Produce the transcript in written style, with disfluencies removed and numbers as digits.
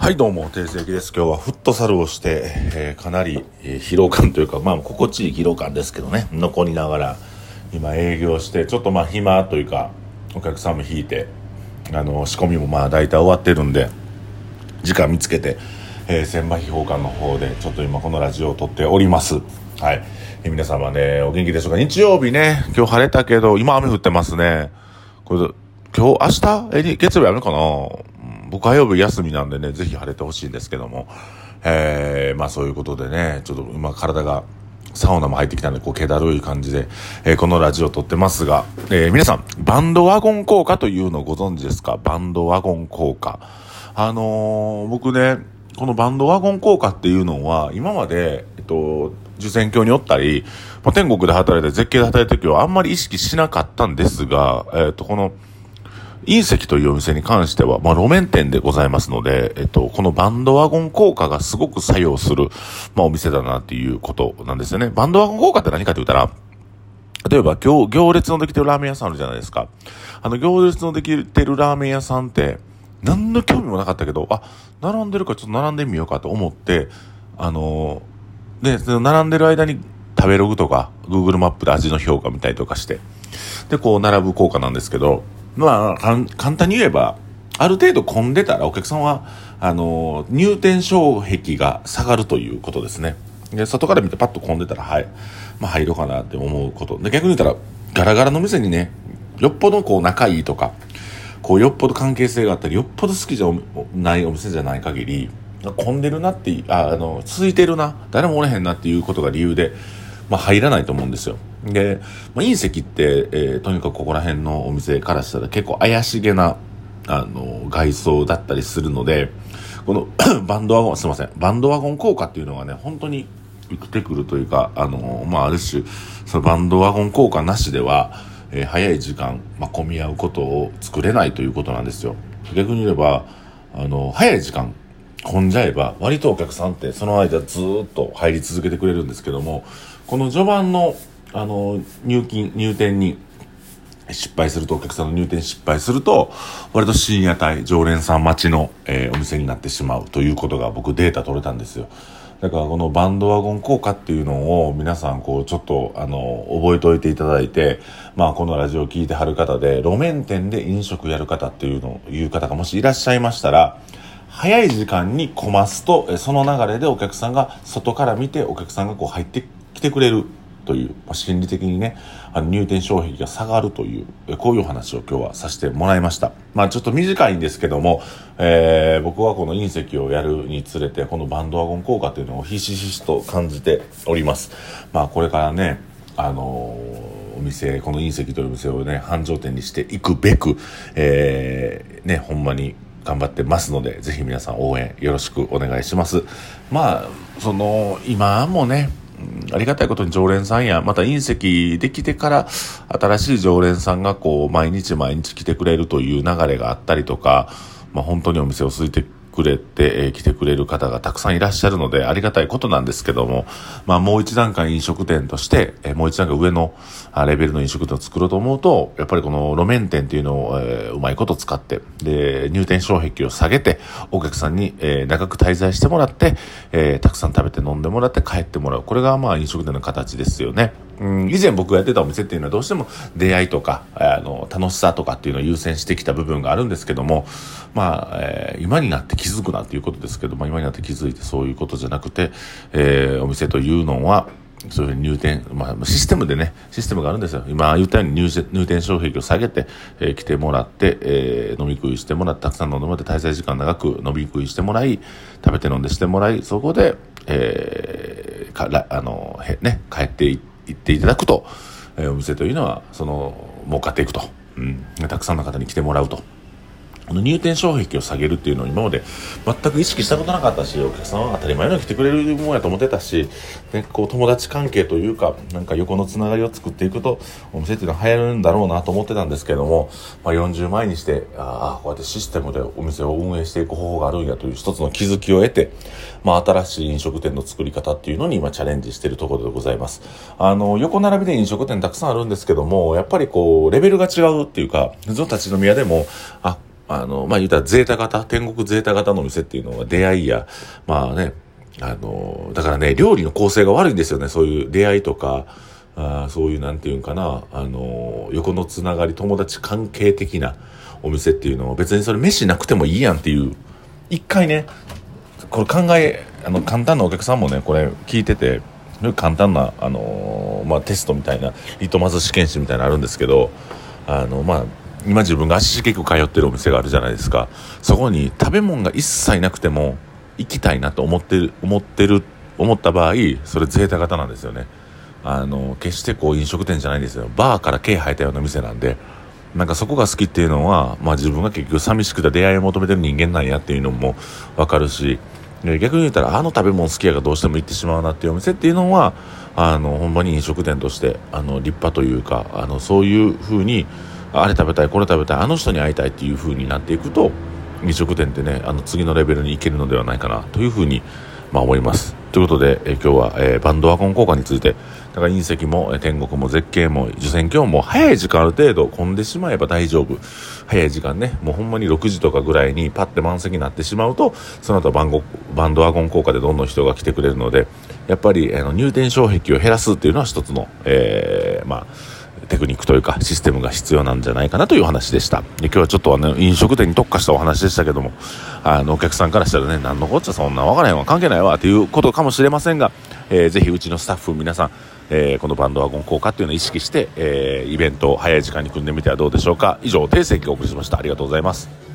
はいどうも定石です。今日はフットサルをして、かなり、疲労感というか心地いい疲労感ですけどね残りながら今営業してちょっと暇というかお客さんも引いて仕込みも大体終わってるんで時間見つけて、千葉秘宝館の方でちょっと今このラジオを撮っております。はい、皆様ねお元気でしょうか。日曜日ね今日晴れたけど今雨降ってますね。これ今日明日月曜日雨かな。僕火曜日休みなんでねぜひ晴れてほしいんですけども、そういうことでねちょっと今体がサウナも入ってきたんで気だるい感じで、このラジオを撮ってますが、皆さんバンドワゴン効果というのをご存知ですか。バンドワゴン効果、僕ねこのバンドワゴン効果っていうのは今まで受選教におったり、天国で働いて絶景で働いた時はあんまり意識しなかったんですが、この隕石というお店に関しては、路面店でございますので、このバンドワゴン効果がすごく作用する、お店だなっていうことなんですよね。バンドワゴン効果って何かと言ったら、例えば行列のできてるラーメン屋さんあるじゃないですか。行列のできてるラーメン屋さんって、何の興味もなかったけど、並んでるからちょっと並んでみようかと思って、並んでる間に食べログとか、Google マップで味の評価見たりとかして、で、並ぶ効果なんですけど、簡単に言えばある程度混んでたらお客さんは入店障壁が下がるということですね。で外から見てパッと混んでたら入ろうかなって思うことで、逆に言ったらガラガラの店にねよっぽど仲いいとかよっぽど関係性があったりよっぽど好きじゃないお店じゃない限り混んでるなって続いてるな誰もおれへんなっていうことが理由で入らないと思うんですよ。で、隕石って、とにかくここら辺のお店からしたら結構怪しげな外装だったりするので、このバンドワゴン効果っていうのがね本当に生きてくるというかある種そのバンドワゴン効果なしでは、早い時間、混み合うことを作れないということなんですよ。逆に言えば早い時間混んじゃえば割とお客さんってその間ずっと入り続けてくれるんですけども、この序盤の入店に失敗するとお客さんの入店失敗すると割と深夜帯常連さん待ちの、お店になってしまうということが僕データ取れたんですよ。だからこのバンドワゴン効果っていうのを皆さんちょっと覚えておいていただいて、このラジオを聞いてはる方で路面店で飲食やる方っていう方がもしいらっしゃいましたら、早い時間に混ますとその流れでお客さんが外から見てお客さんが入ってきてくれるという、心理的にね入店障壁が下がるというこういうお話を今日はさせてもらいました。ちょっと短いんですけども、僕はこの隕石をやるにつれてこのバンドワゴン効果というのをひしひしと感じております。これからねこの隕石というお店をね繁盛店にしていくべく、ほんまに頑張ってますのでぜひ皆さん応援よろしくお願いします。今もねありがたいことに常連さんやまた隕石できてから新しい常連さんが毎日来てくれるという流れがあったりとか、本当にお店を空いてくれて、来てくれる方がたくさんいらっしゃるのでありがたいことなんですけども、もう一段階飲食店として、もう一段階上のレベルの飲食店を作ろうと思うとやっぱりこの路面店っていうのを、うまいこと使ってで入店障壁を下げてお客さんに、長く滞在してもらって、たくさん食べて飲んでもらって帰ってもらう、これが飲食店の形ですよね。以前僕がやってたお店っていうのはどうしても出会いとか楽しさとかっていうのを優先してきた部分があるんですけども、今になって気づくなっていうことですけど、今になって気づいてそういうことじゃなくて、お店というのはそういう入店、システムがあるんですよ。今言ったように入店障壁を下げて、来てもらって、飲み食いしてもらってたくさん飲んでもらって滞在時間長く飲み食いしてもらい食べて飲んでしてもらいそこで、帰って行っていただくと、お店というのは儲かっていくと、たくさんの方に来てもらうと。入店障壁を下げるっていうのを今まで全く意識したことなかったし、お客さんは当たり前のように来てくれるもんやと思ってたし、友達関係というか横のつながりを作っていくとお店っていうのは流行るんだろうなと思ってたんですけども、40前にしてこうやってシステムでお店を運営していく方法があるんやという一つの気づきを得て、新しい飲食店の作り方っていうのに今チャレンジしているところでございます。横並びで飲食店たくさんあるんですけども、やっぱりレベルが違うっていうか、その立ち飲み屋でも言ったらゼータ型、天国ゼータ型の店っていうのは出会いや、まあね、だからね、料理の構成が悪いんですよね。そういう出会いとか、そういうなんていうんかな、横のつながり、友達関係的なお店っていうのは別にそれ飯なくてもいいやんっていう、一回ね、これ簡単なお客さんもね、これ聞いてて、簡単な、テストみたいな、リトマス試験紙みたいなのあるんですけど、今自分が足しげく通ってるお店があるじゃないですか。そこに食べ物が一切なくても行きたいなと思った場合、それゼータ型なんですよね。決してこう飲食店じゃないんですよ。バーから毛生えたような店なんで、なんかそこが好きっていうのは、自分が結局寂しくて出会いを求めてる人間なんやっていうのもわかるし、逆に言ったら食べ物好きやがどうしても行ってしまうなっていうお店っていうのは、ほんまに飲食店として立派というか、そういう風にあれ食べたいこれ食べたいあの人に会いたいっていう風になっていくと、飲食店ってね次のレベルに行けるのではないかなという風に思います。ということで、今日は、バンドワゴン効果について、だから隕石も天国も絶景も受選挙も早い時間ある程度混んでしまえば大丈夫。早い時間ね、もうほんまに6時とかぐらいにパッて満席になってしまうと、その後バンドワゴン効果でどんどん人が来てくれるので、やっぱり入店障壁を減らすっていうのは一つの、テクニックというかシステムが必要なんじゃないかなというお話でした。で今日はちょっと飲食店に特化したお話でしたけども、お客さんからしたらね、何のこっちゃそんな分からへんわ関係ないわっていうことかもしれませんが、ぜひうちのスタッフ皆さん、このバンドワゴン効果っていうのを意識して、イベントを早い時間に組んでみてはどうでしょうか。以上、定石がお送りしました。ありがとうございます。